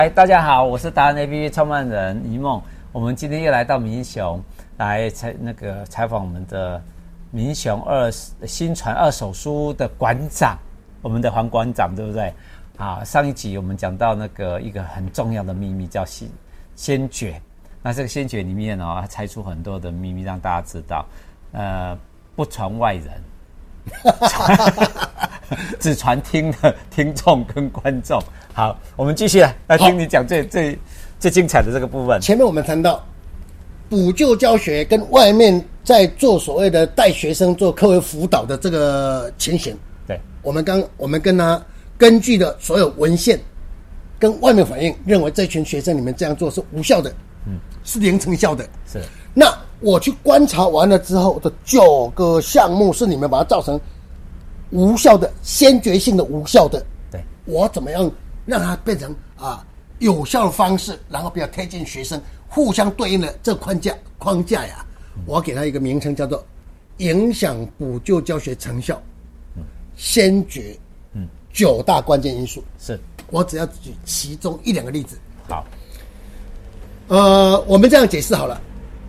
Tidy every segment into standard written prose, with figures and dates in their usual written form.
嗨，大家好，我是达人 APP 创办人一梦。我们今天又来到民雄来采访我们的民雄新传二手书的馆长，我们的黄馆长，对不对？好，上一集我们讲到一个很重要的秘密叫先觉。那这个先觉里面他拆出很多的秘密让大家知道，不传外人。只传听的听众跟观众。好，我们继续来听你讲最精彩的这个部分。 前面我们谈到补救教学跟外面在做所谓的带学生做课外辅导的这个情形， 对， 我们跟他根据的所有文献跟外面反映，认为这群学生你们这样做是无效的，是零成效的。 是， 那我去观察完了之后的9个项目是你们把它造成无效的、先决性的无效的。 对， 我怎么样让它变成有效的方式，然后比较贴近学生，互相对应的这框架呀，我要给它一个名称叫做影响补救教学成效先决9大关键因素。 是， 我只要举其中1、2个例子。 好， 我们这样解释好了。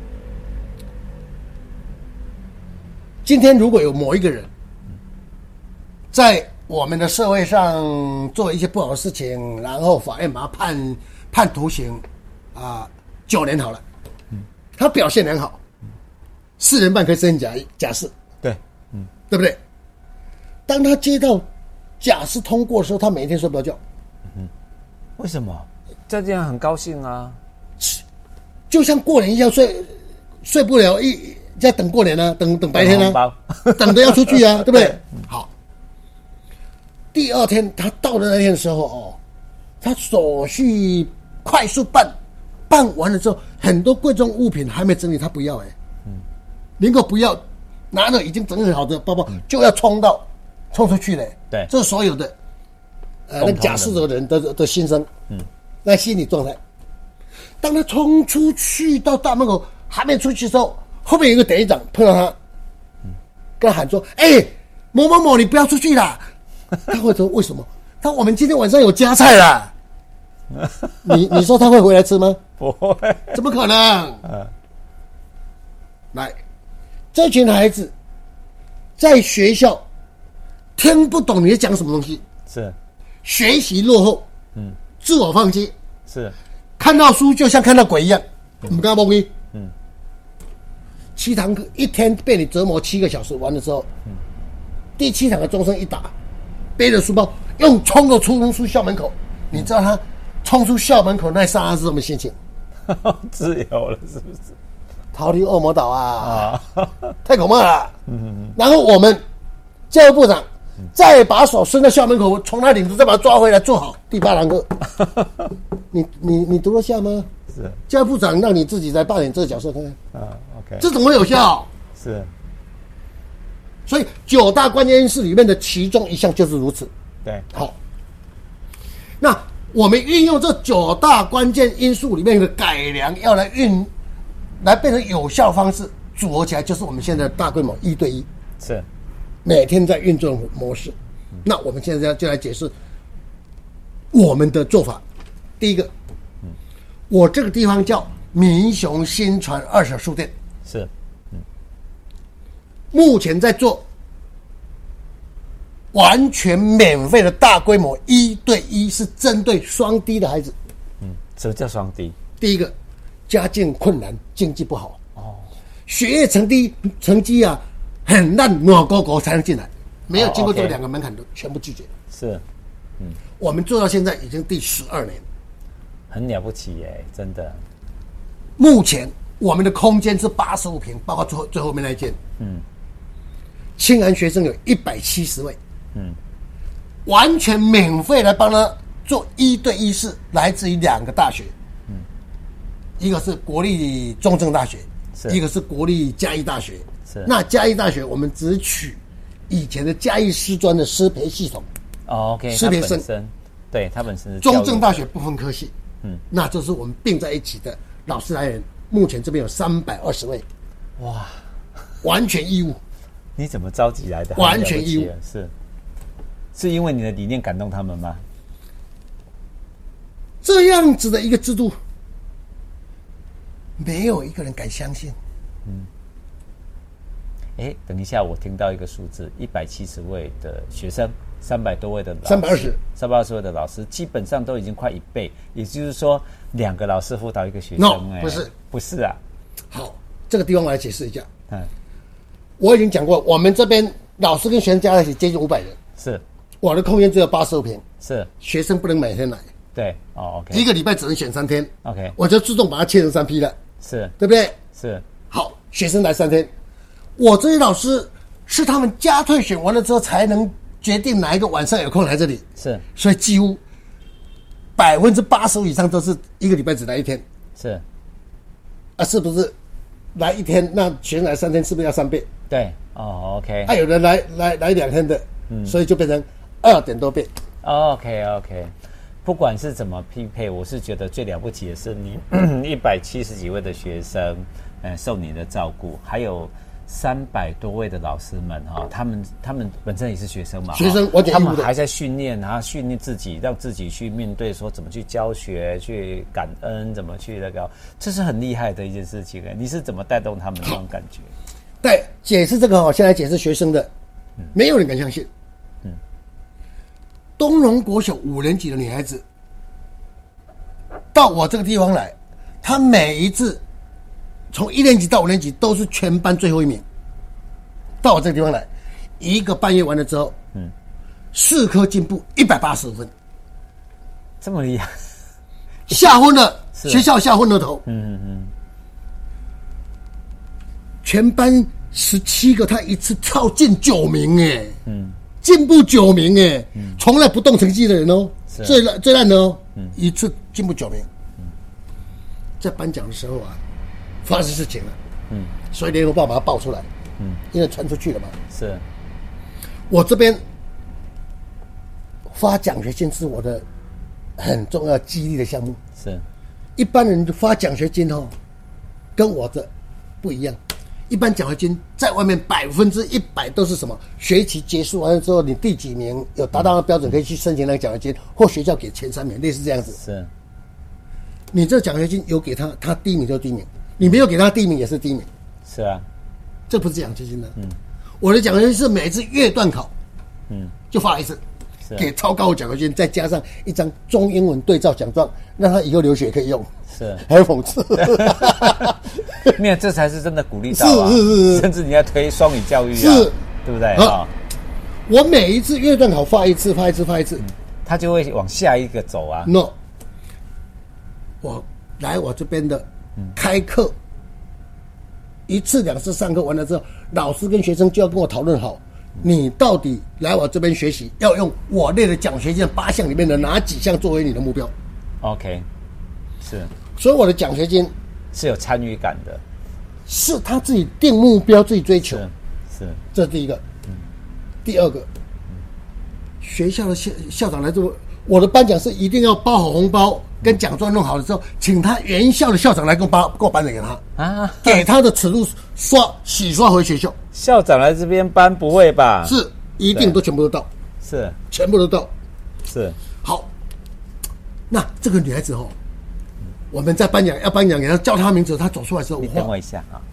今天如果有某一个人在我们的社会上做一些不好的事情，然后法院把他判徒刑9年好了，他表现很好，4年半可以申请假释， 对， 对不对？当他接到假释通过的时候，他每一天睡不着觉。 为什么？这样很高兴啊， 就像过年一样，睡不了，在等过年啊，等白天啊，等着要出去啊，对不对？好，第2天他到了那天的时候他手续快速办完了之后，很多贵重物品还没整理，他不要宁可不要，拿着已经整理好的包包就要冲出去了。 对， 这是所有的那假释的人的心声，那心理状态。当他冲出去到大门口还没出去的时候，后面有一个典狱长碰到他，跟他喊说：“某某某，你不要出去啦！”他会说：“为什么？”他说：“我们今天晚上有加菜啦。”你说他会回来吃吗？ 不会， 怎么可能？来，这群孩子在学校听不懂你在讲什么东西，是学习落后，自我放弃， 是看到书就像看到鬼一样，我们刚刚懵7堂课一天被你折磨7个小时完的时候，第7堂的钟声一打，背着书包用冲着出校门口，你知道他冲出校门口那刹那是什么心情？ 自由了，是不是？ 逃离恶魔岛啊！太恐怖了。然后我们教育部长再把手伸到校门口，从他领子再把他抓回来，做好第8堂课。你读得下吗？是教育部长让你自己来扮演这个角色看看。 OK， 这怎么会有效？ 是。 所以9大关键因素里面的其中一项就是如此。 对， 好。那我们运用这9大关键因素里面的改良，要来变成有效方式，组合起来就是我们现在的大规模1对1， 是每天在运作的模式。那我们现在就来解释我们的做法。第一个，我这个地方叫民雄新传二手书店， 是， 目前在做完全免费的大规模1对1，是针对双低的孩子。 什么叫双低？ 第一个，家境困难，经济不好，学业成绩很烂，暖勾勾才能进来，没有经过这2个门槛都全部拒绝。 是， 我们做到现在已经第12年， 很了不起耶，真的。 目前我们的空间是85坪，包括最后面那一间。清寒学生有170位，完全免费来帮他做1对1式，来自于2个大学，一个是国立中正大学，一个是国立嘉义大学。是，那嘉义大学我们只取以前的嘉义师专的师培系统。 OK， 师培生， 对，他本身是中正大学不分科系。那这是我们并在一起的老师来源，目前这边有320位。哇，完全义务。 你怎么召集来的？ 完全义务。是因为你的理念感动他们吗？ 这样子的一个制度，没有一个人敢相信。 等一下，我听到一个数字，170位的学生，300多位的老师，320位的老师，基本上都已经快1倍，也就是说2个老师辅导一个学生。 No， 不是啊。好，这个地方我来解释一下。我已经讲过，我们这边老师跟学生加在一起接近500人。 是。 我的空间只有85平。 是。 学生不能每天来。 对。OK。 一个礼拜只能选3天。 OK。 我就自动把它切成3批了。 是。 对不对？ 是。 好，学生来3天。我这些老师是他们加退选完了之后才能决定哪一个晚上有空来这里， 是， 所以几乎85%以上都是一个礼拜只来1天， 是， 是不是？来1天，那学生来3天，是不是要3倍？ 对，OK。 有人来2天的，所以就变成2点多倍。 OK。不管是怎么匹配，我是觉得最了不起的是你170几位的学生，受你的照顾，还有300多位的老师们他们本身也是学生嘛， 学生他们还在训练，然后训练自己，让自己去面对说怎么去教学，去感恩，怎么去那个，这是很厉害的一件事情。你是怎么带动他们那种感觉？ 对，解释这个先来解释学生的，没有人敢相信。东荣国小5年级的女孩子到我这个地方来，她每一次从1年级到5年级都是全班最后1名。到我这个地方来，1个半月完了之后，4科进步180分， 这么厉害， 吓昏了学校，吓昏了头。全班17个，他一次跳进9名，进步9名，从来不动成绩的人哦，最烂的哦，一次进步9名。在颁奖的时候发生事情了，所以联合报把它爆出来，因为传出去了嘛。 是， 我这边发奖学金是我的很重要激励的项目。 是， 一般人发奖学金跟我的不一样。一般奖学金在外面100%都是什么？学期结束完了之后，你第几名有达到那个标准，可以去申请那个奖学金，或学校给前3名，类似这样子。 是。 你这奖学金有给他，他第1名就第1名；你没有给他第1名也是第1名。 是啊， 这不是奖学金的。我的奖学金是每次月段考，就发一次，给超高的奖学金，再加上一张中英文对照奖状，让他以后留学可以用。 是， 还有讽刺。 没有，这才是真的鼓励到啊！是，甚至你要推双语教育啊，对不对啊？ 我每一次月段考发一次， 他就会往下一个走啊。 No。我来我这边的开课，1次2次上课完了之后，老师跟学生就要跟我讨论好，你到底来我这边学习要用我列的奖学金8项里面的哪几项作为你的目标 ？OK， 是， 所以我的奖学金是有参与感的， 是他自己定目标，自己追求， 是， 这是第一个。第二个，学校的校长来做，我的颁奖是一定要包好红包。跟奖状弄好了之后，请他原校的校长来给我颁奖给他给他的尺度洗刷回学校。 校长来这边颁不会吧？ 是，一定都全部都到， 是全部都到， 是。好， 那这个女孩子我们在要颁奖给她，叫她名字，她走出来的时候， 你等我一下啊。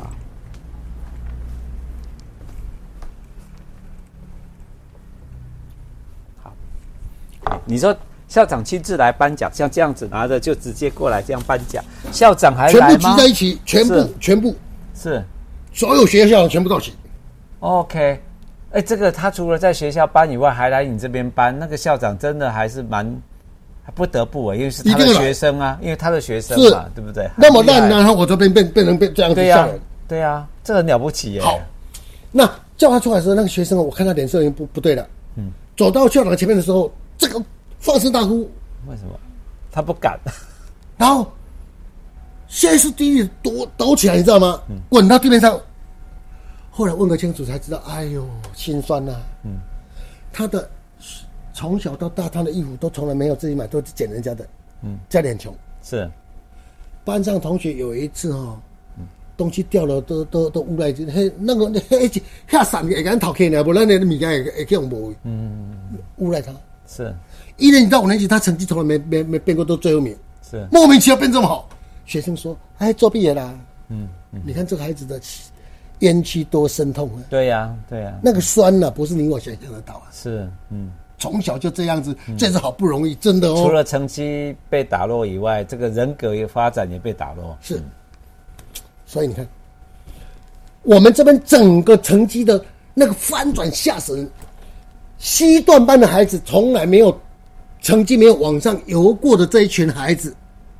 好，你说。校长亲自来颁奖，像这样子拿着就直接过来这样颁奖。校长还来吗？ 全部聚在一起，全部是， 所有学校校长全部到齐。 OK， 这个他除了在学校颁以外，还来你这边颁，那个校长真的还是不得不因为是他的学生啊，因为他的学生嘛，对不对？ 那么烂呢，我这边变成这样子吓人。 对啊，这很了不起耶。 好，那叫他出来的时候，那个学生我看他脸色已经不对了。走到校长前面的时候，这个。放声大哭， 为什么？他不敢。 然后歇斯底里抖起来，你知道吗？滚到地面上。后来问个清楚才知道，哎呦，心酸呐。他的从小到大，他的衣服都从来没有自己买，都是捡人家的。家里很穷。是。班上同学有一次东西掉了，都污赖进，那个下伞给人讨开呢，不然那物件会去用无。污赖他。是。 1年级到5年级，他成绩从来没变过，都最后面， 是莫名其妙变这么好。学生说：“哎，作弊了啦。”你看这个孩子的冤屈多深痛啊！ 对呀， 那个酸不是你我想象得到啊。 是， 从小就这样子，这是好不容易，真的哦。 除了成绩被打落以外，这个人格发展也被打落。 是，所以你看，我们这边整个成绩的那个翻转吓死人。C 段班的孩子从来没有成绩没有往上游过的这一群孩子，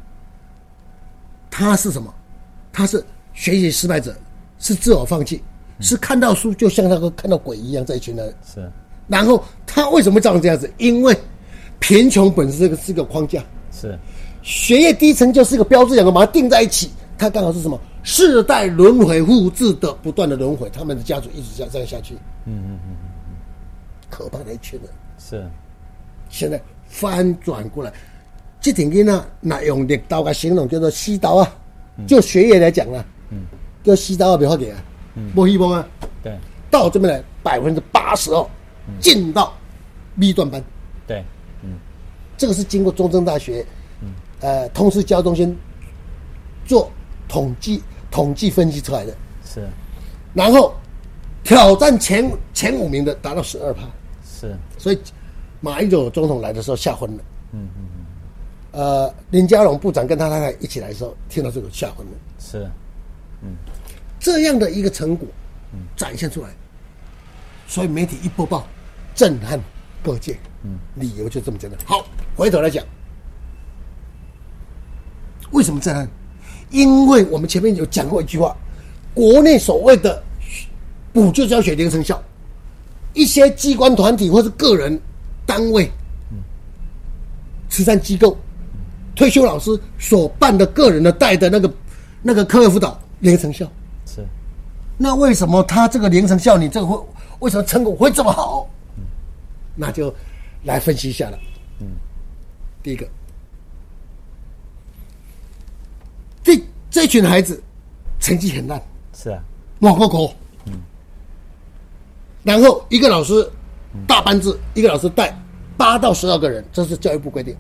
他是什么？他是学习失败者，是自我放弃，是看到书就像那个看到鬼一样这一群人。 是。 然后他为什么造成这样子？因为贫穷本身是个框架， 是学业低成就是一个标志，两个把它定在一起，它刚好是什么？世代轮回复制的不断的轮回，他们的家族一直这样下去。可怕的一群人。 是。 现在翻转过来，这点囡仔那用力刀来形容叫做死刀啊，就学业来讲啊，叫死刀不好给啊，没希望啊。 对。 到这边来82%进到 B 段班。 对。 这个是经过中正大学通识教中心做统计分析出来的。是。然后挑战前5名的达到12%。 是。 所以马英九总统来的时候吓昏了。林佳龙部长跟他太太一起来的时候，听到这个吓昏了。 是。 这样的一个成果展现出来，所以媒体一播报，震撼各界。理由就这么简单。好，回头来讲，为什么震撼？因为我们前面有讲过一句话，国内所谓的补救教学零成效，一些机关团体或是个人单位、慈善机构、退休老师所办的个人的带的那个课外辅导零成效。是。那为什么他这个零成效，你这个为什么成果会这么好？那就来分析一下了。第一个，这群孩子成绩很烂。 是啊。 往过口。然后一个老师大班制，一个老师带8到12个人，这是教育部规定。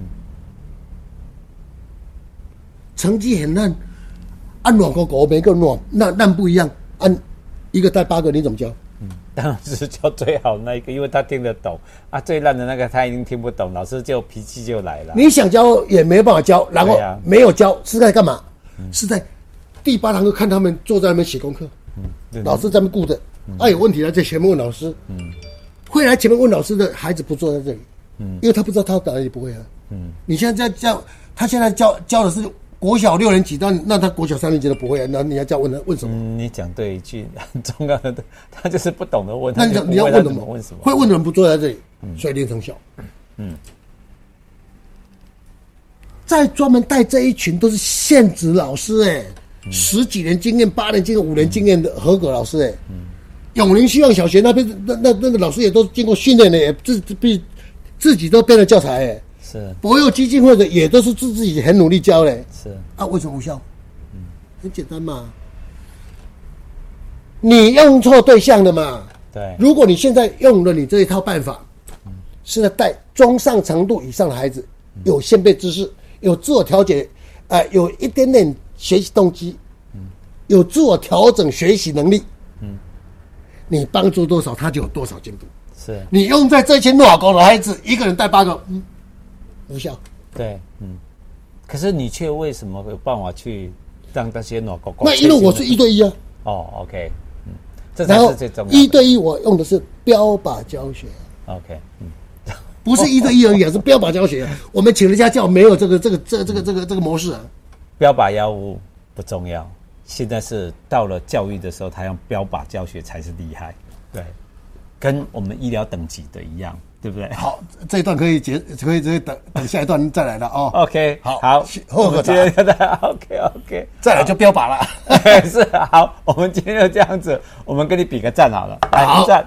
成绩很烂，按软狗狗每个烂不一样，按一个带8个，你怎么教？ 当然是教最好那一个，因为他听得懂啊。最烂的那个他一定听不懂，老师就脾气就来了。 你想教也没办法教，然后没有教是在干嘛？是在第8堂课看他们坐在那边写功课，老师在那边顾着。有问题了，在前面问老师。会来前面问老师的孩子不坐在这里，因为他不知道他哪里不会啊。你现在教他现在教的是国小6年级，那他国小3年级都不会啊，那你要叫问什么？ 你讲对一句很重要的，他就是不懂得问。 那你要问什么？ 问什么？ 会问的人不坐在这里，所以零成效。再专门带这一群都是现职老师10几年经验、8年经验、5年经验的合格老师永林希望小学那边那个老师也都经过训练的，也自己都编了教材是博幼基金会的也都是自己很努力教嘞。是啊，为什么无效？很简单嘛，你用错对象了嘛。对，如果你现在用了你这一套办法，是在带中上程度以上的孩子，有先辈知识，有自我调节，有一点点学习动机，有自我调整学习能力，你帮助多少，他就有多少进步。是你用在这群暖狗的孩子，一个人带8个，无效。对， 可是你却为什么有办法去让那些暖狗狗？ 那因为我是1对1啊。 OK，这才是最重要的。 1对1我用的是标靶教学。OK，不是1对1而已，是标靶教学。我们请人家教没有这个模式啊。 标靶药物不重要，现在是到了教育的时候，他用标靶教学才是厉害。对，跟我们医疗等级的一样，对不对？ 好，这一段可以等下一段再来了哦。 OK， 好， 我们今天就OK， 再来就标靶了。 是好，我们今天就这样子，我们跟你比个赞好了，来，比赞。